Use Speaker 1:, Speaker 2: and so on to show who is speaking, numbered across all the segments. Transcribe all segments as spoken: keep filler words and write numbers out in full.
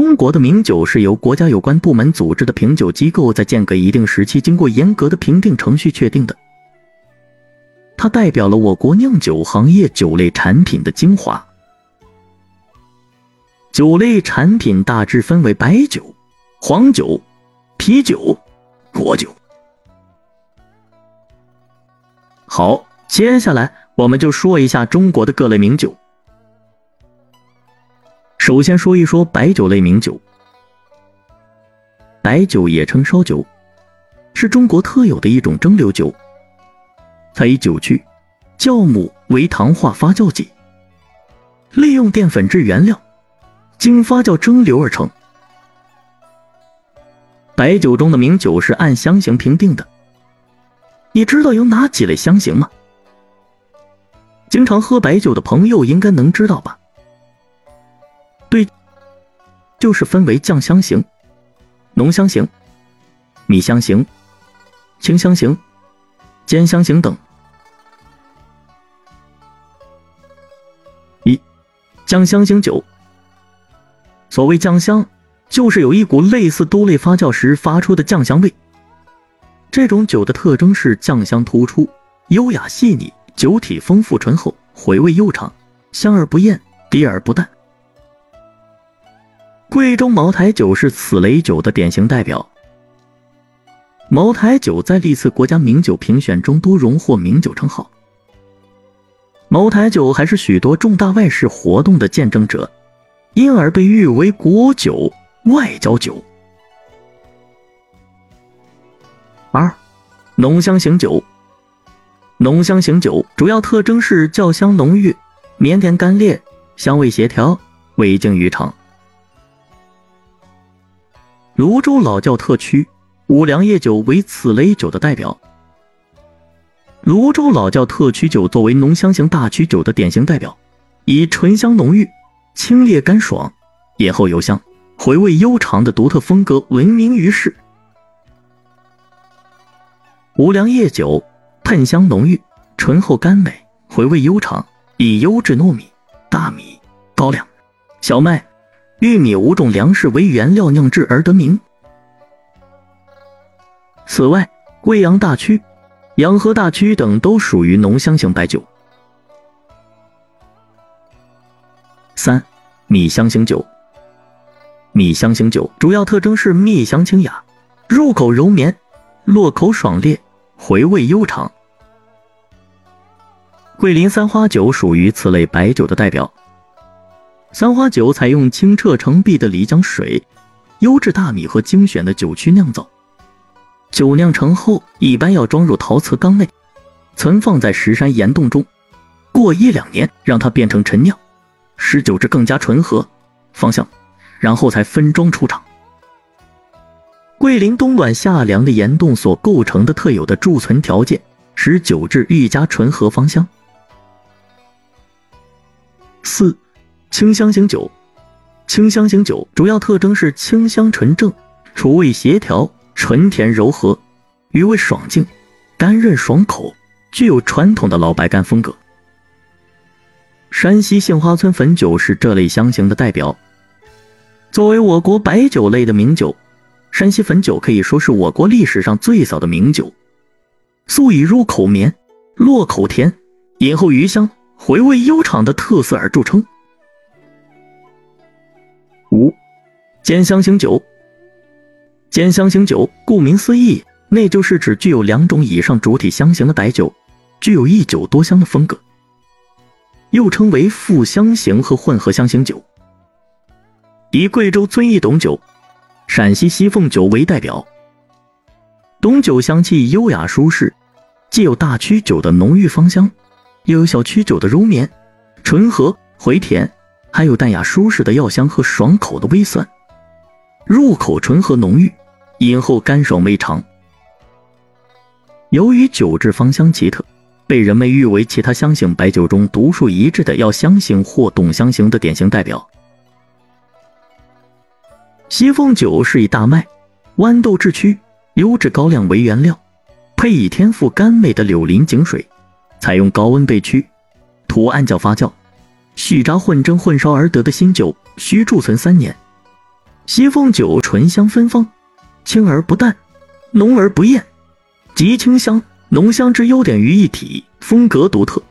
Speaker 1: 中国的名酒是由国家有关部门组织的评酒机构在间隔一定时期经过严格的评定程序确定的。它代表了我国酿酒行业酒类产品的精华。酒类产品大致分为白酒、黄酒、啤酒、果酒。好，接下来我们就说一下中国的各类名酒。首先说一说白酒类名酒。白酒也称烧酒，是中国特有的一种蒸馏酒，它以酒曲、酵母为糖化发酵剂，利用淀粉质原料，经发酵蒸馏而成。白酒中的名酒是按香型评定的。你知道有哪几类香型吗？经常喝白酒的朋友应该能知道吧？对，就是分为酱香型、浓香型、米香型、清香型、兼香型等。一、酱香型酒。所谓酱香，就是有一股类似豆类发酵时发出的酱香味。这种酒的特征是酱香突出，优雅细腻，酒体丰富醇厚，回味悠长，香而不艳，滴而不淡。贵州茅台酒是此类酒的典型代表。茅台酒在历次国家名酒评选中都荣获名酒称号。茅台酒还是许多重大外事活动的见证者，因而被誉为国酒、外交酒。二、浓香型酒。浓香型酒主要特征是较香浓郁，绵甜干裂，香味协调，味精余长。泸州老窖特曲五粮液酒为此类酒的代表。泸州老窖特曲酒作为浓香型大曲酒的典型代表，以醇香浓郁、清冽干爽、野后油香、回味悠长的独特风格闻名于世。五粮液酒喷香浓郁，醇厚甘美，回味悠长，以优质糯米、大米、高粱、小麦、玉米五种粮食为原料酿制而得名。此外，贵阳大曲、洋河大曲等都属于浓香型白酒。三、米香型酒。米香型酒主要特征是蜜香清雅，入口柔绵，落口爽冽，回味悠长。桂林三花酒属于此类白酒的代表。三花酒采用清澈澄碧的漓江水、优质大米和精选的酒曲酿造，酒酿成后一般要装入陶瓷缸内，存放在石山岩洞中，过一两年让它变成陈酿，使酒质更加醇和芳香，然后才分装出厂。桂林冬暖夏凉的岩洞所构成的特有的贮存条件，使酒质愈加醇和芳香。四、清香型酒。清香型酒主要特征是清香纯正，楚味协调，醇甜柔和，余味爽净，干润爽口，具有传统的老白干风格。山西杏花村汾酒是这类香型的代表。作为我国白酒类的名酒，山西汾酒可以说是我国历史上最早的名酒，素以入口绵、落口甜、饮后余香、回味悠长的特色而著称。五、兼香型酒。兼香型酒顾名思义，那就是指具有两种以上主体香型的白酒，具有一酒多香的风格，又称为复香型和混合香型酒。以贵州遵义董酒、陕西西凤酒为代表。董酒香气优雅舒适，既有大曲酒的浓郁芳香，又有小曲酒的柔绵、醇和、回甜，还有淡雅舒适的药香和爽口的微酸，入口醇和浓郁，饮后干爽味长。由于酒质芳香奇特，被人们誉为其他香型白酒中独树一帜的药香型或董香型的典型代表。西凤酒是以大麦、豌豆制曲、优质高粱为原料，配以天赋甘美的柳林井水，采用高温焙曲、土按酵发酵、续渣混蒸混烧而得的新酒，需贮存三年。 西风酒醇香芬芳，清而不淡，浓而不艳，集清香、浓香之优点于一体，风格独特。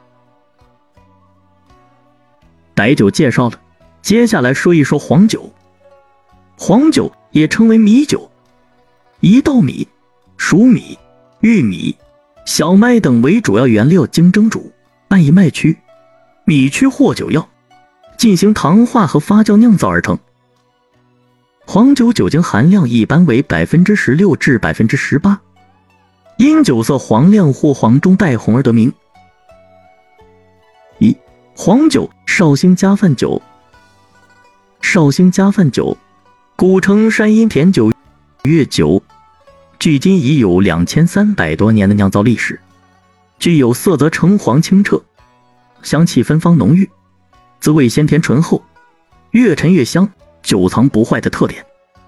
Speaker 1: 白酒介绍了，接下来说一说黄酒。黄酒也称为米酒，以稻米、黍米、玉米、小麦等为主要原料经蒸煮，按以麦曲、米曲或酒药进行糖化和发酵酿造而成。黄酒酒精含量一般为 百分之十六 至 百分之十八， 因酒色黄亮或黄中带红而得名。一、黄酒，绍兴加饭酒。绍兴加饭酒，古称山阴甜酒、粤酒，距今已有两千三百多年的酿造历史，具有色泽橙黄清澈、香气芬芳浓郁、滋味鲜甜醇厚、越陈越香、久藏不坏的特点。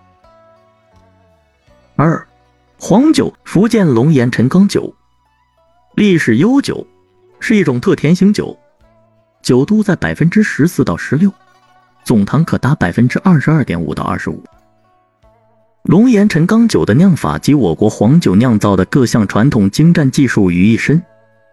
Speaker 1: 二、黄酒，福建龙岩陈缸酒，历史悠久，是一种特甜型酒，酒度在 百分之十四到十六， 总糖可达 百分之二十二点五 到二十五。龙岩陈缸酒的酿法及我国黄酒酿造的各项传统精湛技术于一身。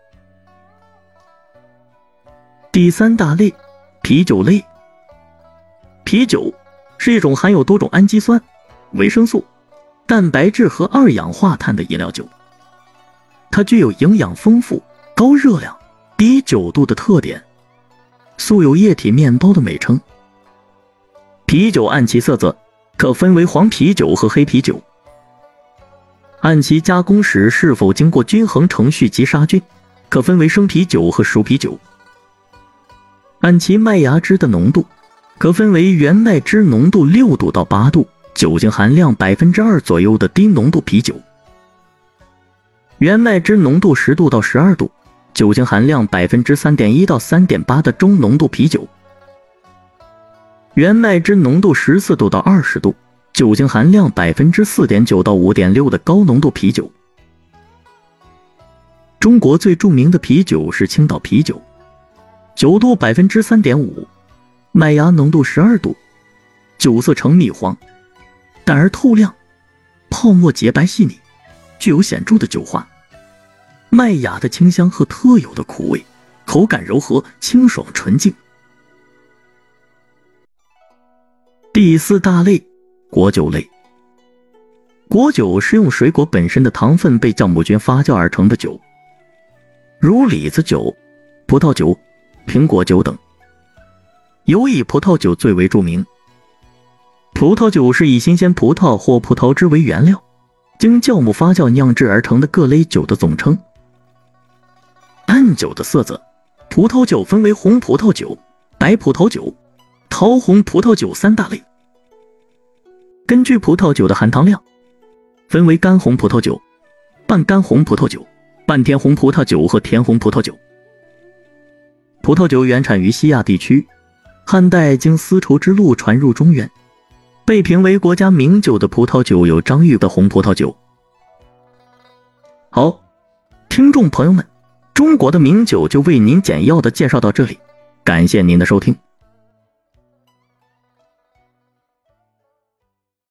Speaker 1: 第三大类，啤酒类。啤酒是一种含有多种氨基酸、维生素、蛋白质和二氧化碳的饮料酒，它具有营养丰富、高热量、低酒度的特点，素有液体面包的美称。啤酒按其色泽可分为黄啤酒和黑啤酒，按其加工时是否经过均衡程序及杀菌，可分为生啤酒和熟啤酒。按其麦芽汁的浓度，可分为原麦汁浓度六度到八度，酒精含量 百分之二 左右的低浓度啤酒，原麦汁浓度十度到十二度，酒精含量 百分之三点一 到 三点八 的中浓度啤酒，原麦汁浓度十四度到二十度，酒精含量 百分之四点九 到 五点六 的高浓度啤酒。中国最著名的啤酒是青岛啤酒，酒度 百分之三点五， 麦芽浓度十二度，酒色呈米黄，淡而透亮，泡沫洁白细腻，具有显著的酒花，麦芽的清香和特有的苦味，口感柔和清爽纯净。第四大类，果酒类。果酒是用水果本身的糖分被酵母菌发酵而成的酒，如李子酒、葡萄酒、苹果酒等，尤以葡萄酒最为著名。葡萄酒是以新鲜葡萄或葡萄汁为原料，经酵母发酵酿制而成的各类酒的总称。按酒的色泽，葡萄酒分为红葡萄酒、白葡萄酒、桃红葡萄酒三大类。根据葡萄酒的含糖量，分为干红葡萄酒、半干红葡萄酒、半甜红葡萄酒和甜红葡萄酒。葡萄酒原产于西亚地区，汉代经丝绸之路传入中原，被评为国家名酒的葡萄酒有张裕的红葡萄酒。好，听众朋友们，中国的名酒就为您简要的介绍到这里，感谢您的收听。